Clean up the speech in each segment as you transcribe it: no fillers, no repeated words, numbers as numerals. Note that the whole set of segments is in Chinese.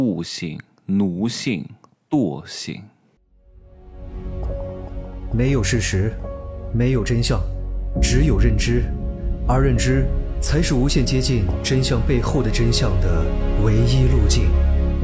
悟性、奴性、惰性。 没有事实，没有真相，只有认知，而认知才是无限接近真相背后的真相的唯一路径。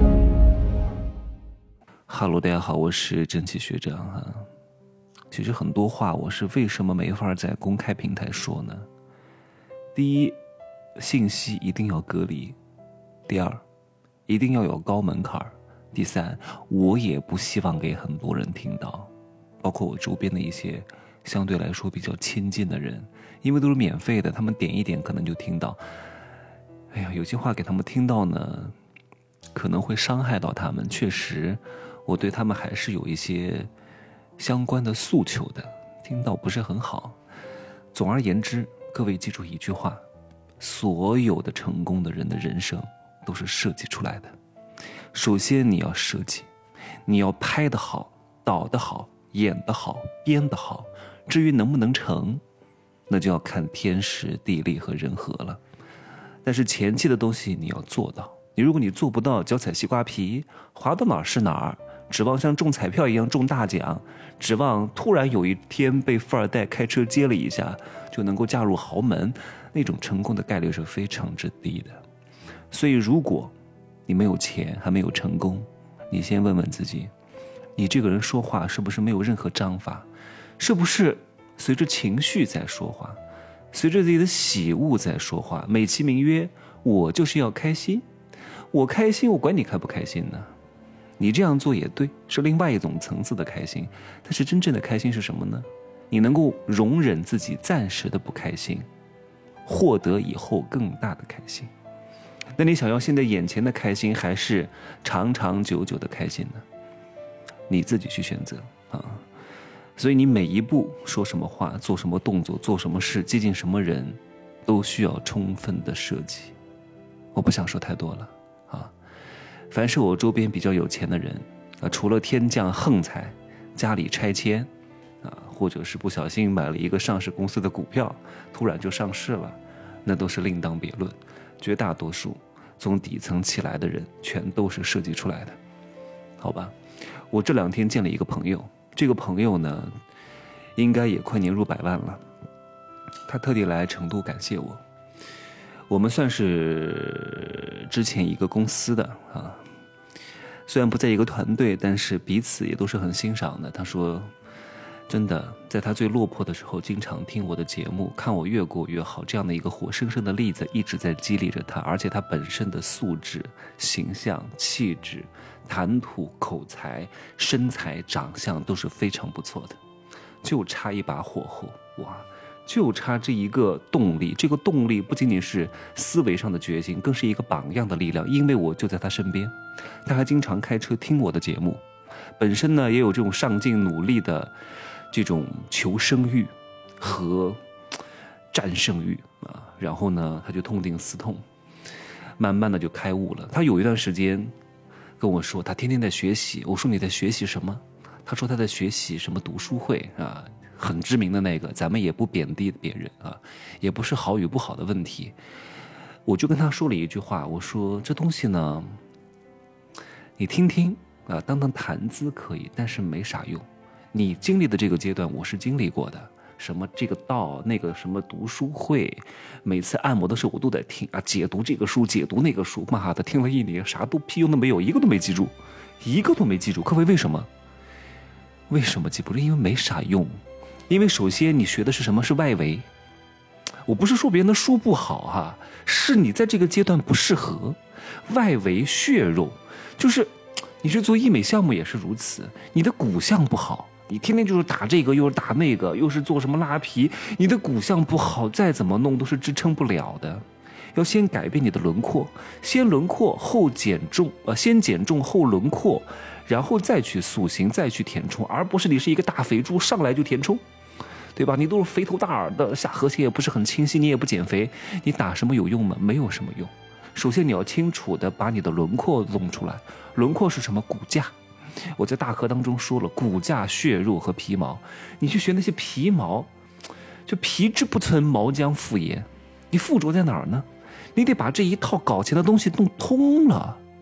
哈喽，大家好，我是蒸汽学长哈。其实很多话我是为什么没法在公开平台说呢？第一，信息一定要隔离；第二，一定要有高门槛；第三，我也不希望给很多人听到，包括我周边的一些相对来说比较亲近的人，因为都是免费的，他们点一点可能就听到。哎呀，有些话给他们听到呢，可能会伤害到他们。确实，我对他们还是有一些相关的诉求的，听到不是很好。总而言之，各位记住一句话：所有的成功的人的人生都是设计出来的。首先你要设计，你要拍得好，导得好，演得好，编得好。至于能不能成，那就要看天时地利和人和了。但是前期的东西你要做到，如果你做不到，脚踩西瓜皮，滑到哪儿是哪儿，指望像中彩票一样中大奖，指望突然有一天被富二代开车接了一下就能够嫁入豪门，那种成功的概率是非常之低的。所以如果你没有钱还没有成功，你先问问自己，你这个人说话是不是没有任何章法，是不是随着情绪在说话，随着自己的喜恶在说话，美其名曰我就是要开心，我开心我管你开不开心呢？你这样做也对，是另外一种层次的开心。但是真正的开心是什么呢？你能够容忍自己暂时的不开心，获得以后更大的开心。那你想要现在眼前的开心，还是长长久久的开心呢？你自己去选择啊。所以你每一步说什么话，做什么动作，做什么事，接近什么人，都需要充分的设计。我不想说太多了啊。凡是我周边比较有钱的人啊，除了天降横财，家里拆迁啊，或者是不小心买了一个上市公司的股票，突然就上市了，那都是另当别论。绝大多数从底层起来的人，全都是设计出来的，好吧？我这2天见了一个朋友，这个朋友呢，应该也快年入100万了，他特地来成都感谢我。我们算是之前一个公司的啊，虽然不在一个团队，但是彼此也都是很欣赏的。他说真的，在他最落魄的时候经常听我的节目，看我越过越好，这样的一个活生生的例子一直在激励着他。而且他本身的素质、形象、气质、谈吐、口才、身材、长相都是非常不错的，就差一把火候，哇，就差这一个动力。这个动力不仅仅是思维上的决心，更是一个榜样的力量。因为我就在他身边，他还经常开车听我的节目，本身呢也有这种上进努力的这种求生欲和战胜欲啊。然后呢他就痛定思痛，慢慢的就开悟了。他有一段时间跟我说他天天在学习，我说你在学习什么？他说他在学习什么读书会啊，很知名的那个，咱们也不贬低别人啊，也不是好与不好的问题。我就跟他说了一句话，我说这东西呢，你听听啊，当谈资可以，但是没啥用。你经历的这个阶段，我是经历过的。什么这个道那个什么读书会，每次按摩的时候我都在听啊，解读这个书，解读那个书，妈的，听了1年，啥都屁用都没有，一个都没记住，一个都没记住。各位为什么？为什么记不住？因为没啥用。因为首先你学的是什么？是外围。我不是说别人的书不好哈，是你在这个阶段不适合。外围血肉，就是你去做医美项目也是如此，你的骨相不好，你天天就是打这个又是打那个，又是做什么拉皮，你的骨相不好，再怎么弄都是支撑不了的。要先改变你的轮廓，先轮廓后减重，先减重后轮廓，然后再去塑形，再去填充，而不是你是一个大肥猪上来就填充，对吧？你都是肥头大耳的，下颌线也不是很清晰，你也不减肥，你打什么有用吗？没有什么用。首先你要清楚的把你的轮廓弄出来。轮廓是什么？骨架。我在大课当中说了，骨架、血肉和皮毛。你去学那些皮毛，就皮之不存，毛将复焉。你附着在哪儿呢？你得把这一套搞钱的东西弄通了，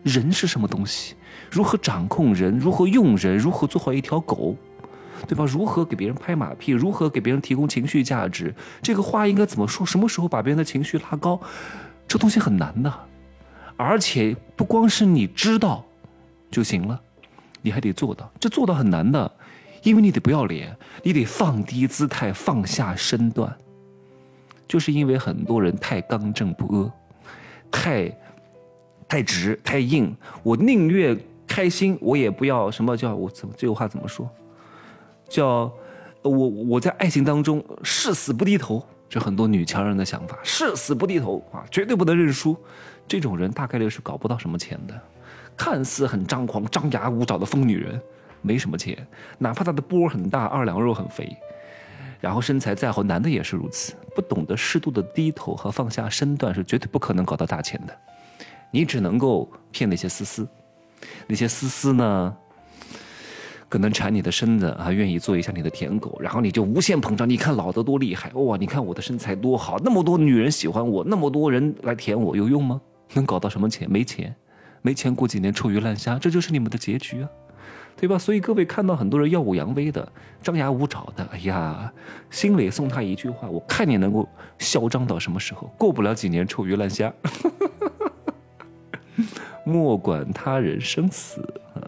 人是什么东西，如何掌控人，如何用人，如何做好一条狗，对吧？如何给别人拍马屁，如何给别人提供情绪价值，这个话应该怎么说，什么时候把别人的情绪拉高，这东西很难的。而且不光是你知道就行了，你还得做到，这做到很难的，因为你得不要脸，你得放低姿态，放下身段。就是因为很多人太刚正不阿，太直太硬，我宁愿开心，我也不要什么叫我怎么这个话怎么说？叫我在爱情当中誓死不低头，这很多女强人的想法，誓死不低头啊，绝对不能认输。这种人大概率是搞不到什么钱的，看似很张狂、张牙舞爪的疯女人，没什么钱，哪怕她的波很大，二两肉很肥，然后身材再好，男的也是如此。不懂得适度的低头和放下身段，是绝对不可能搞到大钱的。你只能够骗那些丝丝，那些丝丝呢，可能馋你的身子啊，愿意做一下你的舔狗，然后你就无限膨胀。你看老子多厉害哇！你看我的身材多好，那么多女人喜欢我，那么多人来舔我，有用吗？能搞到什么钱？没钱，没钱过几年臭鱼烂虾，这就是你们的结局啊，对吧？所以各位看到很多人耀武扬威的、张牙舞爪的，哎呀，心里送他一句话：我看你能够嚣张到什么时候？过不了几年臭鱼烂虾。莫管他人生死。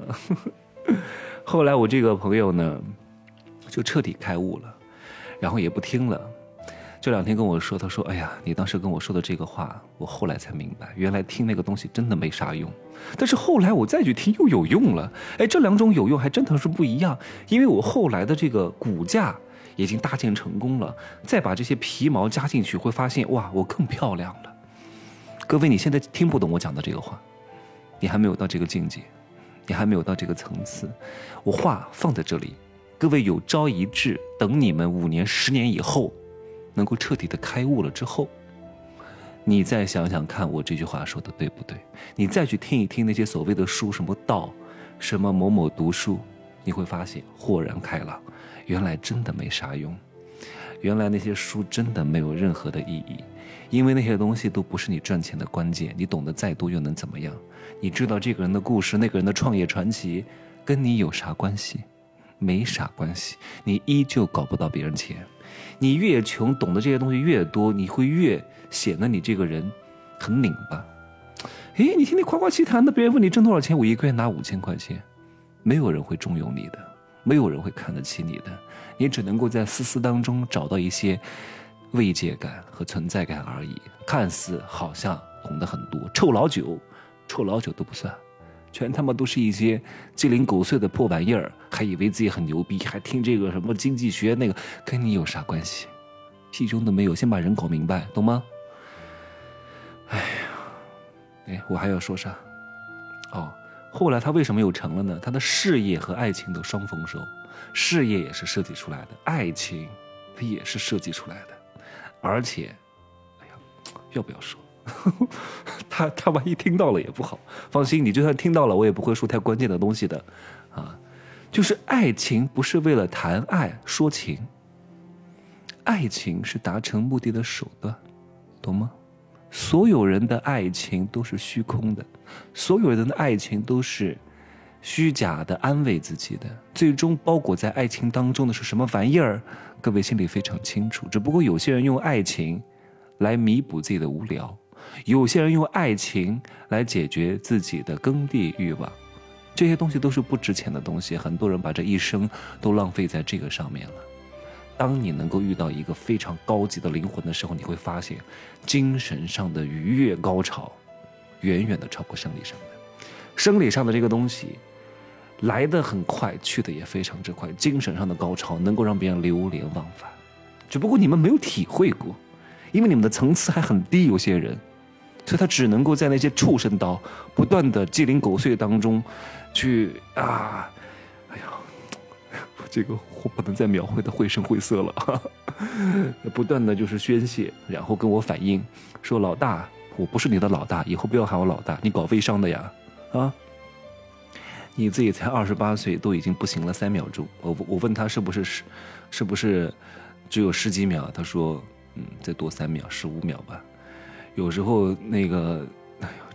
后来我这个朋友呢，就彻底开悟了，然后也不听了。这两天跟我说，他说：“哎呀，你当时跟我说的这个话，我后来才明白，原来听那个东西真的没啥用。但是后来我再去听又有用了。哎，这两种有用还真的是不一样，因为我后来的这个骨架已经搭建成功了，再把这些皮毛加进去，会发现哇，我更漂亮了。各位，你现在听不懂我讲的这个话，你还没有到这个境界，你还没有到这个层次。我话放在这里，各位有朝一日，等你们5年、10年以后，能够彻底的开悟了之后，你再想想看我这句话说的对不对？你再去听一听那些所谓的书，什么道，什么某某读书，你会发现豁然开朗，原来真的没啥用，原来那些书真的没有任何的意义，因为那些东西都不是你赚钱的关键，你懂得再多又能怎么样？你知道这个人的故事，那个人的创业传奇，跟你有啥关系？没啥关系，你依旧搞不到别人钱。你越穷，懂得这些东西越多，你会越显得你这个人很拧巴。诶，你听你夸夸其谈的，别人问你挣多少钱，我一个月拿5000块钱，没有人会重用你的，没有人会看得起你的，你只能够在丝丝当中找到一些慰藉感和存在感而已。看似好像懂得很多，臭老九都不算，全他妈都是一些鸡零狗碎的破玩意儿，还以为自己很牛逼，还听这个什么经济学，那个跟你有啥关系？屁用都没有，先把人搞明白，懂吗？哎呀，我还要说啥？哦，后来他为什么又成了呢？他的事业和爱情都双丰收，事业也是设计出来的，爱情它也是设计出来的，而且，哎呀，要不要说？他万一听到了也不好，放心，你就算听到了，我也不会说太关键的东西的，啊，就是爱情不是为了谈爱说情，爱情是达成目的的手段，懂吗？所有人的爱情都是虚空的，所有人的爱情都是虚假的安慰自己的，最终包裹在爱情当中的是什么玩意儿？各位心里非常清楚，只不过有些人用爱情来弥补自己的无聊，有些人用爱情来解决自己的耕地欲望，这些东西都是不值钱的东西，很多人把这一生都浪费在这个上面了。当你能够遇到一个非常高级的灵魂的时候，你会发现精神上的愉悦高潮远远的超过生理上的。生理上的这个东西来得很快，去得也非常之快，精神上的高潮能够让别人流连忘返，只不过你们没有体会过，因为你们的层次还很低，有些人，所以他只能够在那些畜生道不断的鸡零狗碎当中去啊，哎呀，这个我不能再描绘的绘声绘色了，不断的就是宣泄，然后跟我反映说，老大，我不是你的老大，以后不要喊我老大，你搞微商的呀，啊，你自己才28岁都已经不行了3秒钟，我问他是不是只有10几秒，他说再多3秒15秒吧。有时候那个，哎呦，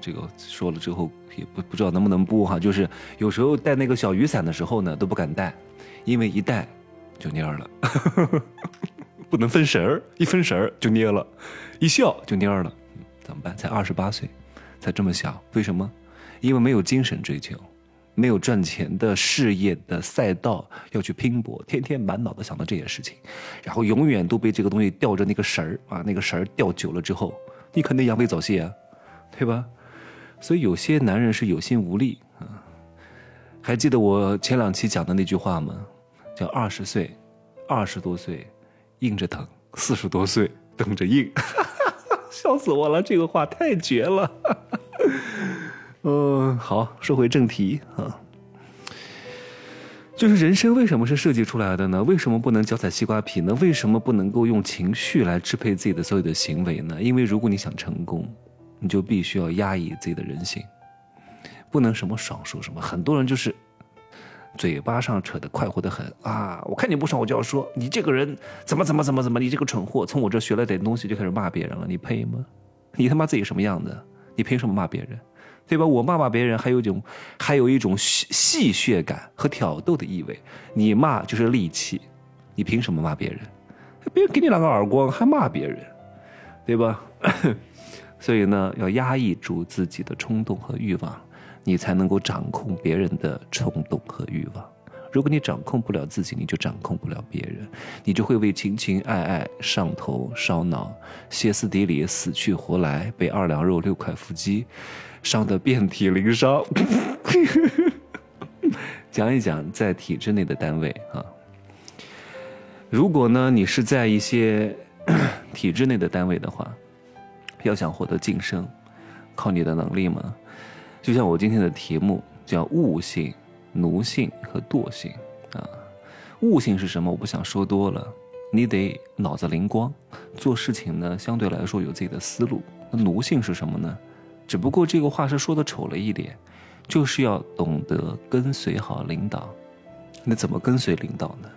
这个说了之后也不知道能不能播哈，就是有时候带那个小雨伞的时候呢都不敢带，因为一带就蔫了不能分神儿，一分神儿就蔫了，一笑就蔫了，怎么办？才28岁才这么小，为什么？因为没有精神追求，没有赚钱的事业的赛道要去拼搏，天天满脑子想到这件事情，然后永远都被这个东西吊着那个绳儿啊，那个绳儿吊久了之后，你肯定阳痿早泄啊，对吧？所以有些男人是有心无力啊。还记得我前2期讲的那句话吗？叫20岁，20多岁硬着等，40多岁等着硬笑死我了，这个话太绝了好，说回正题啊，就是人生为什么是设计出来的呢？为什么不能脚踩西瓜皮呢？为什么不能够用情绪来支配自己的所有的行为呢？因为如果你想成功，你就必须要压抑自己的人性，不能什么爽说什么。很多人就是嘴巴上扯得快活得很啊！我看你不爽，我就要说你这个人怎么，你这个蠢货！从我这学了点东西就开始骂别人了，你配吗？你他妈自己什么样子？你凭什么骂别人？对吧？我骂别人还有一种戏谑感和挑逗的意味。你骂就是戾气，你凭什么骂别人？别人给你2个耳光还骂别人，对吧？所以呢，要压抑住自己的冲动和欲望，你才能够掌控别人的冲动和欲望。如果你掌控不了自己，你就掌控不了别人，你就会为情情爱爱上头烧脑，歇斯底里，死去活来，被2两肉6块腹肌伤得遍体鳞伤讲一讲在体制内的单位啊，如果呢你是在一些体制内的单位的话，要想获得晋升，靠你的能力吗？就像我今天的题目叫悟性、奴性和惰性啊。悟性是什么？我不想说多了，你得脑子灵光，做事情呢相对来说有自己的思路。那奴性是什么呢？只不过这个话是说的丑了一点，就是要懂得跟随好领导。那怎么跟随领导呢？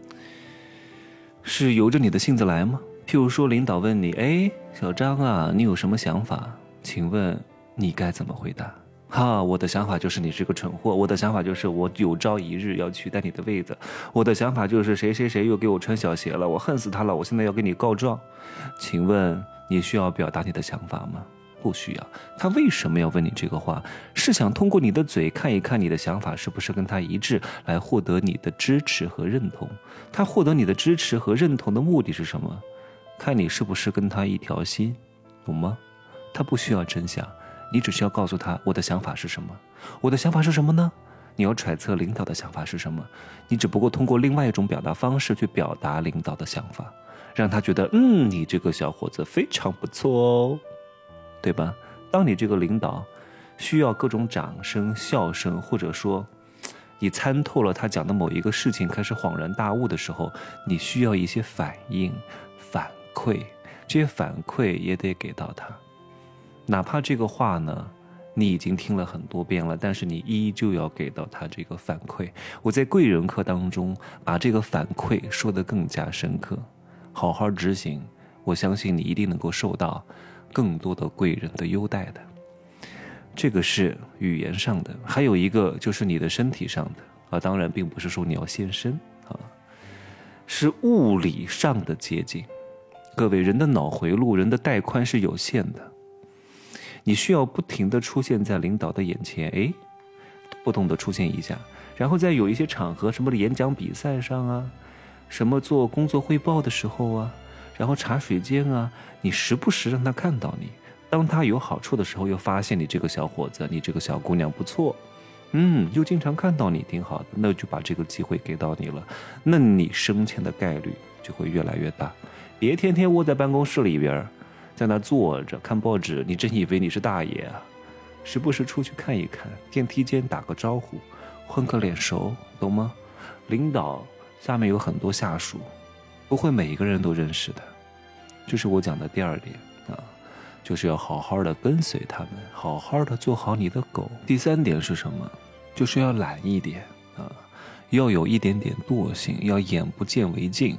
是由着你的性子来吗？譬如说领导问你，哎，小张啊，你有什么想法？请问你该怎么回答？我的想法就是你是个蠢货，我的想法就是我有朝一日要取代你的位子，我的想法就是谁谁谁又给我穿小鞋了，我恨死他了，我现在要跟你告状。请问你需要表达你的想法吗？不需要。他为什么要问你这个话？是想通过你的嘴看一看你的想法是不是跟他一致，来获得你的支持和认同。他获得你的支持和认同的目的是什么？看你是不是跟他一条心，懂吗？他不需要真相，你只需要告诉他我的想法是什么。我的想法是什么呢？你要揣测领导的想法是什么，你只不过通过另外一种表达方式去表达领导的想法，让他觉得你这个小伙子非常不错哦，对吧？当你这个领导需要各种掌声、笑声，或者说你参透了他讲的某一个事情，开始恍然大悟的时候，你需要一些反应、反馈，这些反馈也得给到他。哪怕这个话呢你已经听了很多遍了，但是你依旧要给到他这个反馈。我在贵人课当中把这个反馈说得更加深刻，好好执行，我相信你一定能够受到更多的贵人的优待的。这个是语言上的，还有一个就是你的身体上的当然并不是说你要献身是物理上的接近。各位，人的脑回路、人的带宽是有限的，你需要不停地出现在领导的眼前，不同的出现一下，然后在有一些场合，什么演讲比赛上啊，什么做工作汇报的时候啊，然后茶水间啊，你时不时让他看到你。当他有好处的时候，又发现你这个小伙子，你这个小姑娘不错，又经常看到你挺好的，那就把这个机会给到你了，那你升迁的概率就会越来越大。别天天窝在办公室里边，在那坐着看报纸，你真以为你是大爷啊？时不时出去看一看，电梯间打个招呼，混个脸熟，懂吗？领导下面有很多下属，不会每一个人都认识的，这是我讲的第2点就是要好好的跟随他们，好好的做好你的狗。第3点是什么？就是要懒一点要有一点点惰性，要眼不见为净，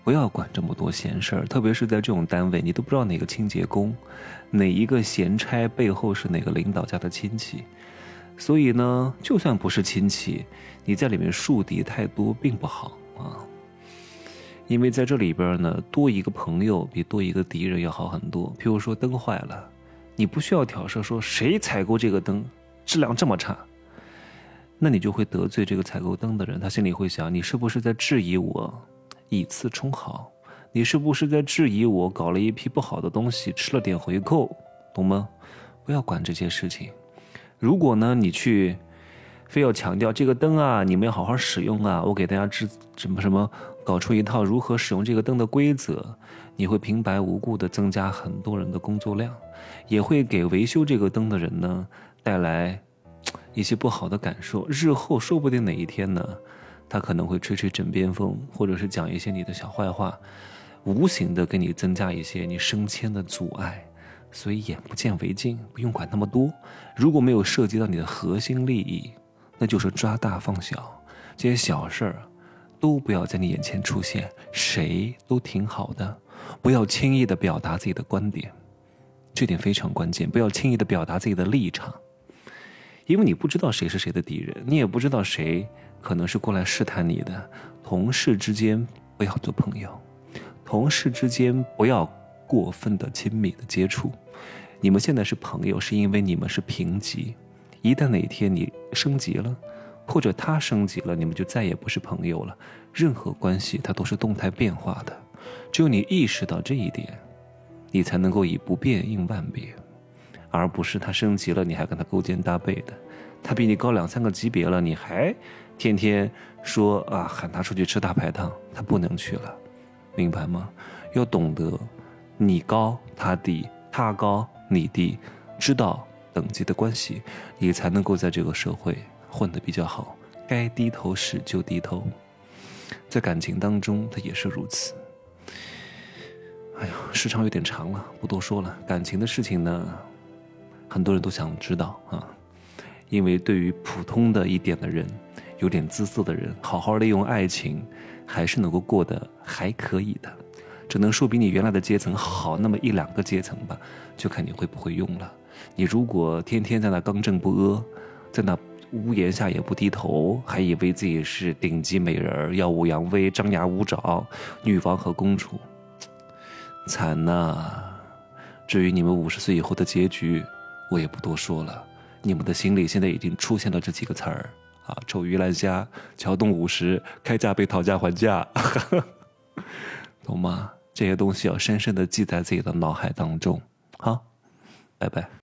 不要管这么多闲事儿，特别是在这种单位，你都不知道哪个清洁工，哪一个闲差背后是哪个领导家的亲戚。所以呢，就算不是亲戚，你在里面树敌太多并不好啊。因为在这里边呢，多一个朋友比多一个敌人要好很多。譬如说灯坏了，你不需要挑事说谁采购这个灯质量这么差，那你就会得罪这个采购灯的人，他心里会想，你是不是在质疑我以次充好？你是不是在质疑我搞了一批不好的东西，吃了点回扣，懂吗？不要管这些事情。如果呢，你去非要强调这个灯啊，你们要好好使用啊，我给大家什么搞出一套如何使用这个灯的规则，你会平白无故的增加很多人的工作量，也会给维修这个灯的人呢带来一些不好的感受。日后说不定哪一天呢，他可能会吹枕边风，或者是讲一些你的小坏话，无形的给你增加一些你升迁的阻碍。所以眼不见为净，不用管那么多。如果没有涉及到你的核心利益，那就是抓大放小，这些小事儿都不要在你眼前出现，谁都挺好的。不要轻易的表达自己的观点，这点非常关键。不要轻易的表达自己的立场，因为你不知道谁是谁的敌人，你也不知道谁可能是过来试探你的。同事之间不要做朋友，同事之间不要过分的亲密的接触。你们现在是朋友，是因为你们是平级，一旦哪天你升级了，或者他升级了，你们就再也不是朋友了。任何关系它都是动态变化的，只有你意识到这一点，你才能够以不变应万变，而不是他升级了你还跟他勾肩搭背的，他比你高2-3个级别了，你还天天说啊喊他出去吃大排档，他不能去了，明白吗？要懂得你高他低，他高你低，知道等级的关系，你才能够在这个社会混得比较好。该低头时就低头，在感情当中它也是如此。哎呀，时长有点长了，不多说了。感情的事情呢，很多人都想知道啊，因为对于普通的一点的人，有点姿色的人，好好利用爱情还是能够过得还可以的，只能说比你原来的阶层好那么1-2个阶层吧，就看你会不会用了。你如果天天在那刚正不阿，在那屋檐下也不低头，还以为自己是顶级美人，耀武扬威，张牙舞爪，女王和公主，惨呐！至于你们50岁以后的结局，我也不多说了。你们的心里现在已经出现了这几个词儿啊：臭鱼烂虾，桥洞50，开价被讨价还价，懂吗？这些东西要深深的记在自己的脑海当中。好，拜拜。